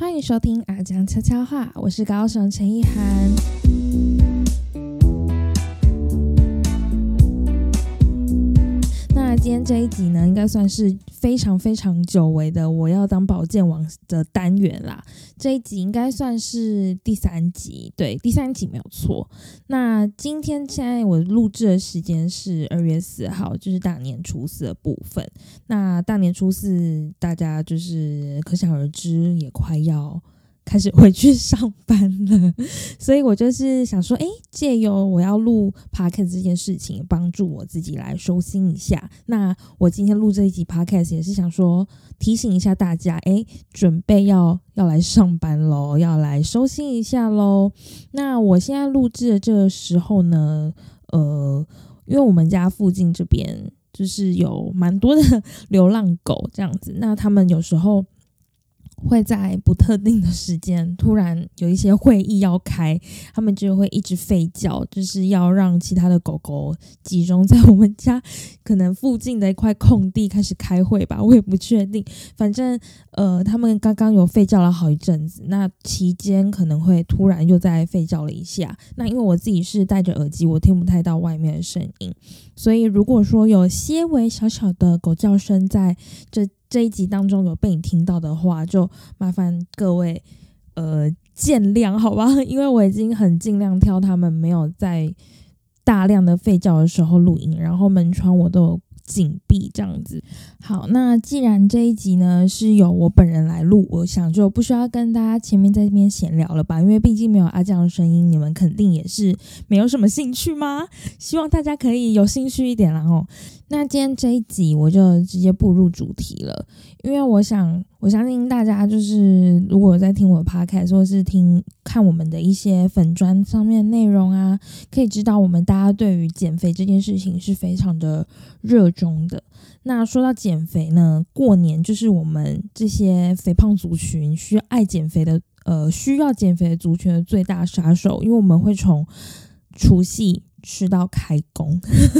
欢迎收听阿江悄悄话，我是高雄陈意涵。那今天这一集呢，应该算是非常非常久违的我要当保健王的单元啦。这一集应该算是第3集，对，第3集没有错。那现在我录制的时间是2月4号，就是大年初4的部分。那大年初4大家就是可想而知，也快要开始回去上班了，所以我就是想说，借由我要录 podcast 这件事情，帮助我自己来收心一下。那我今天录这一集 podcast 也是想说，提醒一下大家，准备要来上班咯，要来收心一下咯。那我现在录制的这个时候呢，因为我们家附近这边就是有蛮多的流浪狗这样子，那他们有时候会在不特定的时间突然有一些会议要开，他们就会一直吠叫，就是要让其他的狗狗集中在我们家可能附近的一块空地开始开会吧，我也不确定。反正他们刚刚有吠叫了好一阵子，那期间可能会突然又再吠叫了一下。那因为我自己是戴着耳机，我听不太到外面的声音，所以如果说有些微小小的狗叫声在这一集当中有被你听到的话，就麻烦各位见谅好吧，因为我已经很尽量挑他们没有在大量的吠叫的时候录音，然后门窗我都有紧闭这样子。好，那既然这一集呢是由我本人来录，我想就不需要跟大家前面在这边闲聊了吧，因为毕竟没有阿酱的声音，你们肯定也是没有什么兴趣吗？希望大家可以有兴趣一点啦齁。那今天这一集我就直接步入主题了，因为我相信大家就是如果在听我的 podcast 或是看我们的一些粉专上面的内容啊，可以知道我们大家对于减肥这件事情是非常的热衷的。那说到减肥呢，过年就是我们这些肥胖族群需要减肥的族群的最大杀手，因为我们会从除夕吃到开工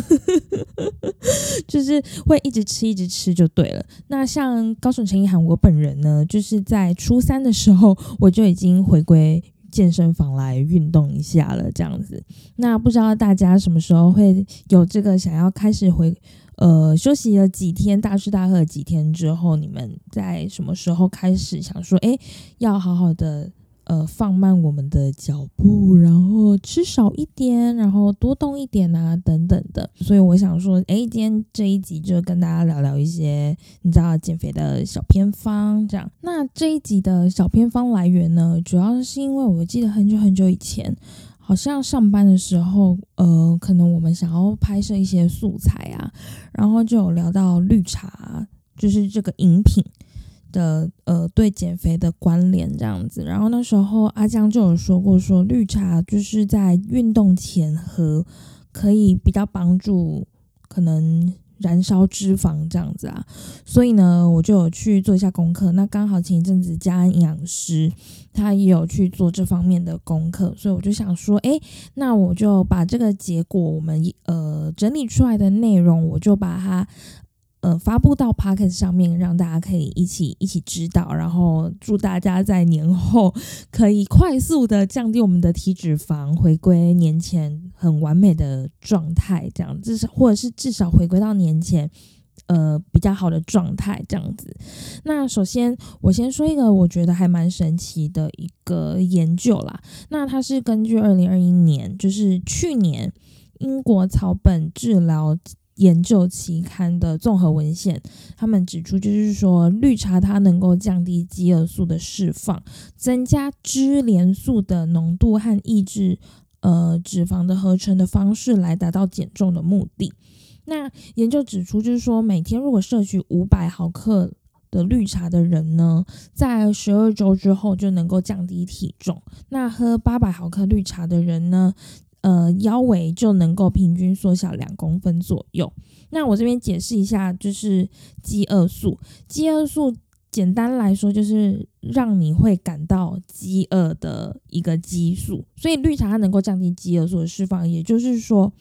就是会一直吃就对了。那像高雄陈意涵我本人呢，就是在初3的时候我就已经回归健身房来运动一下了这样子。那不知道大家什么时候会有这个想要开始休息了几天，大吃大喝了几天之后，你们在什么时候开始想说要好好的放慢我们的脚步，然后吃少一点，然后多动一点啊等等的。所以我想说今天这一集就跟大家聊聊一些你知道减肥的小偏方这样。那这一集的小偏方来源呢，主要是因为我记得很久很久以前好像上班的时候可能我们想要拍摄一些素材啊，然后就有聊到绿茶，就是这个饮品的对减肥的关联这样子。然后那时候阿江就有说过，说绿茶就是在运动前喝，可以比较帮助可能燃烧脂肪这样子啊。所以呢我就有去做一下功课，那刚好前一阵子家安营养师他也有去做这方面的功课，所以我就想说那我就把这个结果我们整理出来的内容，我就把它发布到 podcast 上面，让大家可以一起知道，然后祝大家在年后可以快速的降低我们的体脂肪，回归年前很完美的状态，这样或者是至少回归到年前比较好的状态这样子。那首先我先说一个我觉得还蛮神奇的一个研究啦，那它是根据2021年就是去年英国草本治疗研究期刊的综合文献，他们指出就是说绿茶它能够降低饥饿素的释放，增加脂联素的浓度和抑制脂肪的合成的方式来达到减重的目的。那研究指出就是说每天如果摄取500毫克的绿茶的人呢，在12周之后就能够降低体重。那喝800毫克绿茶的人呢，腰围就能够平均缩小2公分左右。那我这边解释一下，就是饥饿素。饥饿素简单来说就是让你会感到饥饿的一个激素，所以绿茶它能够降低饥饿素的释放，也就是说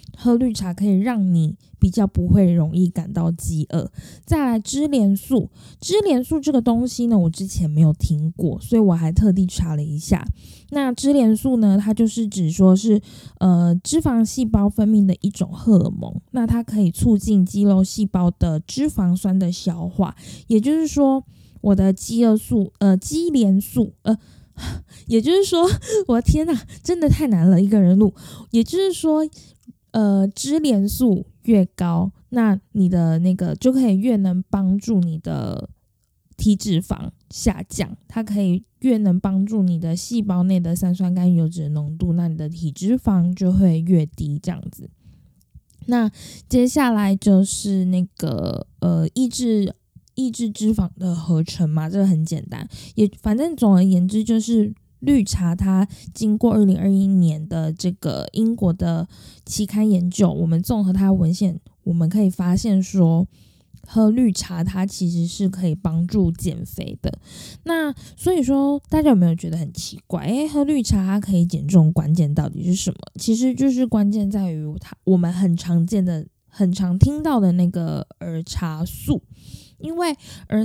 喝绿茶可以让你比较不会容易感到饥饿。再来支连素，支连素这个东西呢，我之前没有听过，所以我还特地查了一下。那支连素呢，它就是指说是脂肪细胞分泌的一种荷尔蒙，那它可以促进肌肉细胞的脂肪酸的消化，也就是说我的肌连素也就是说，我的天哪，真的太难了，一个人录。也就是说，支连素越高，那你的那个就可以越能帮助你的体脂肪下降，它可以越能帮助你的细胞内的三酸甘油脂的浓度，那你的体脂肪就会越低，这样子。那接下来就是那个抑制脂肪的合成嘛，这个很简单。反正总而言之就是绿茶它经过2021年的这个英国的期刊研究，我们综合它的文献，我们可以发现说喝绿茶它其实是可以帮助减肥的。那所以说大家有没有觉得很奇怪，喝绿茶它可以减重，关键到底是什么？其实就是关键在于我们很常听到的那个儿茶素。因为儿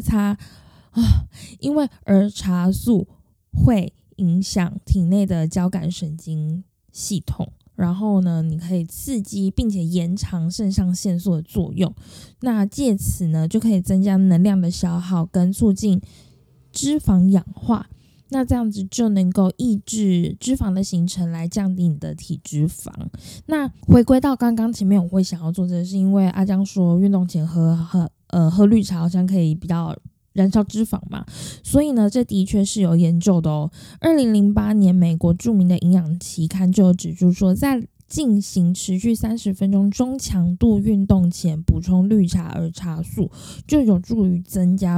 茶素会影响体内的交感神经系统，然后呢，你可以刺激并且延长肾上腺素的作用，那借此呢就可以增加能量的消耗跟促进脂肪氧化，那这样子就能够抑制脂肪的形成，来降低你的体脂肪。那回归到刚刚前面我会想要做这个，是因为阿江说运动前喝绿茶好像可以比较燃烧脂肪嘛，所以呢这的确是有研究的哦。2008年美国著名的营养期刊就有指出说，在进行持续30分钟中强度运动前补充绿茶儿茶素，就有助于增加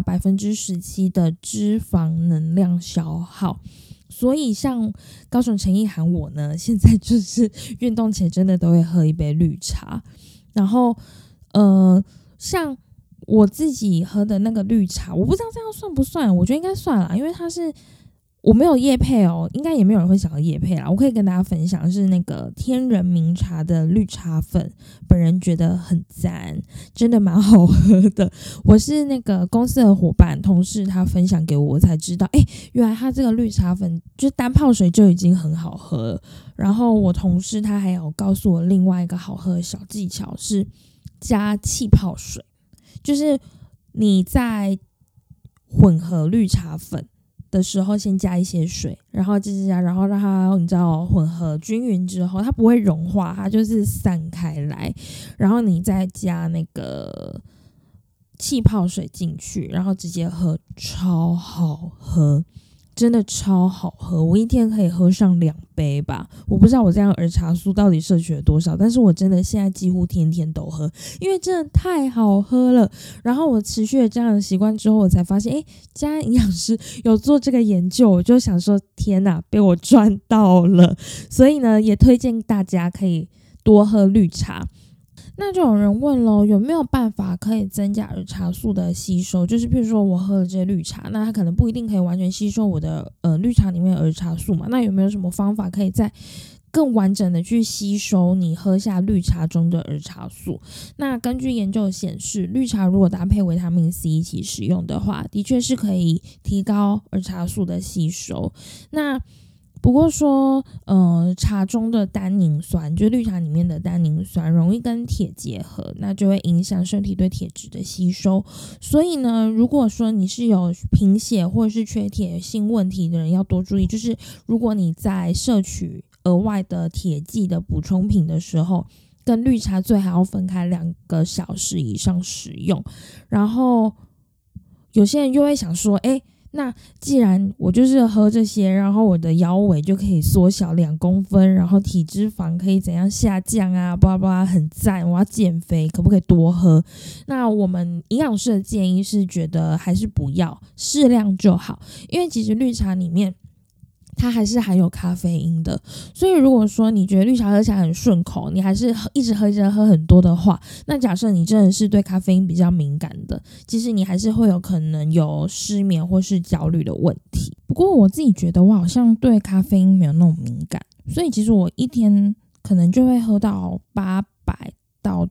17%的脂肪能量消耗。所以像高雄陈意涵我呢，现在就是运动前真的都会喝一杯绿茶，然后像我自己喝的那个绿茶，我不知道这样算不算，我觉得应该算啦，因为它是我没有业配哦，应该也没有人会想要业配啦。我可以跟大家分享是那个天人茗茶的绿茶粉，本人觉得很赞，真的蛮好喝的。我是那个公司的伙伴同事他分享给我才知道，原来他这个绿茶粉就单泡水就已经很好喝了。然后我同事他还有告诉我另外一个好喝的小技巧是加气泡水，就是你在混合绿茶粉的时候先加一些水，然后加，然后让它你知道混合均匀之后，它不会融化，它就是散开来，然后你再加那个气泡水进去，然后直接喝，超好喝，真的超好喝，我一天可以喝上2杯吧。我不知道我这样儿茶素到底摄取了多少，但是我真的现在几乎天天都喝，因为真的太好喝了。然后我持续了这样的习惯之后，我才发现家营养师有做这个研究，我就想说天哪，被我赚到了。所以呢也推荐大家可以多喝绿茶。那就有人问咯，有没有办法可以增加儿茶素的吸收？就是比如说我喝了这些绿茶，那它可能不一定可以完全吸收我的绿茶里面的儿茶素嘛，那有没有什么方法可以再更完整的去吸收你喝下绿茶中的儿茶素？那根据研究显示，绿茶如果搭配维他命 C 一起使用的话，的确是可以提高儿茶素的吸收。那不过说茶中的单宁酸，就绿茶里面的单宁酸容易跟铁结合，那就会影响身体对铁质的吸收。所以呢，如果说你是有贫血或者是缺铁性问题的人，要多注意，就是如果你在摄取额外的铁剂的补充品的时候，跟绿茶最好要分开2个小时以上使用。然后有些人又会想说那既然我就是喝这些，然后我的腰围就可以缩小2公分，然后体脂肪可以怎样下降啊，巴拉巴拉，很赞，我要减肥，可不可以多喝？那我们营养师的建议是觉得还是不要，适量就好，因为其实绿茶里面它还是含有咖啡因的，所以如果说你觉得绿茶喝起来很顺口，你还是一直喝很多的话，那假设你真的是对咖啡因比较敏感的，其实你还是会有可能有失眠或是焦虑的问题。不过我自己觉得我好像对咖啡因没有那么敏感，所以其实我一天可能就会喝到到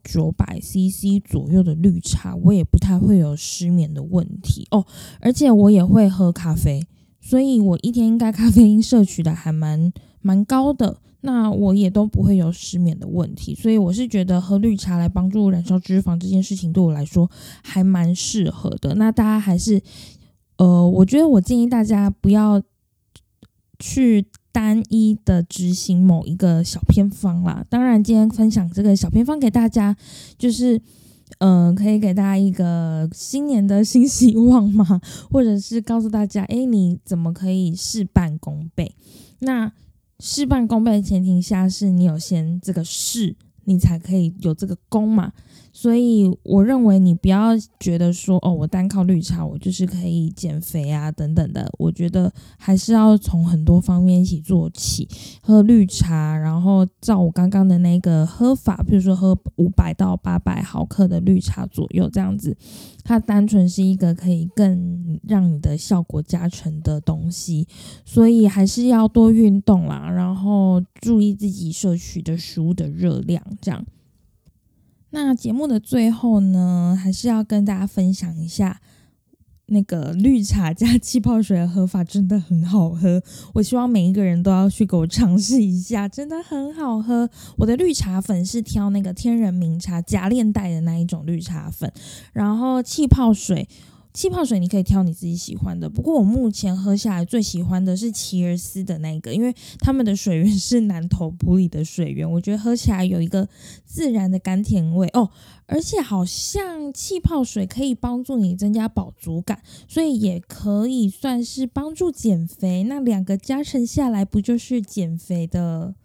900cc 左右的绿茶，我也不太会有失眠的问题哦。而且我也会喝咖啡，所以我一天应该咖啡因摄取的还蛮高的，那我也都不会有失眠的问题。所以我是觉得喝绿茶来帮助燃烧脂肪这件事情对我来说还蛮适合的。那大家还是我觉得我建议大家不要去单一的执行某一个小偏方啦。当然今天分享这个小偏方给大家，就是可以给大家一个新年的新希望嘛，或者是告诉大家你怎么可以事半功倍。那事半功倍的前提下是你有先这个事，你才可以有这个功嘛。所以我认为你不要觉得说我单靠绿茶我就是可以减肥啊等等的，我觉得还是要从很多方面一起做起。喝绿茶，然后照我刚刚的那个喝法，比如说喝500到800毫克的绿茶左右这样子，它单纯是一个可以更让你的效果加成的东西。所以还是要多运动啦，然后注意自己摄取的食物的热量这样。那节目的最后呢，还是要跟大家分享一下那个绿茶加气泡水的喝法真的很好喝，我希望每一个人都要去给我尝试一下，真的很好喝。我的绿茶粉是挑那个天人茗茶夹链袋的那一种绿茶粉，然后气泡水你可以挑你自己喜欢的，不过我目前喝下来最喜欢的是奇尔斯的那个，因为他们的水源是南投埔里的水源，我觉得喝起来有一个自然的甘甜味而且好像气泡水可以帮助你增加饱足感，所以也可以算是帮助减肥，那两个加成下来不就是减肥的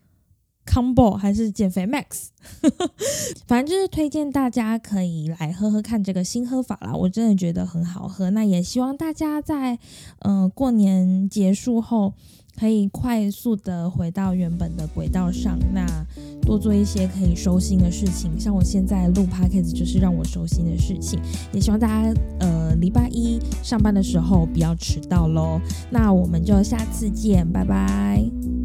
combo 还是减肥 max 反正就是推荐大家可以来喝喝看这个新喝法啦，我真的觉得很好喝。那也希望大家在过年结束后可以快速的回到原本的轨道上，那多做一些可以收心的事情，像我现在录 podcast 就是让我收心的事情。也希望大家礼拜一上班的时候不要迟到咯。那我们就下次见，拜拜。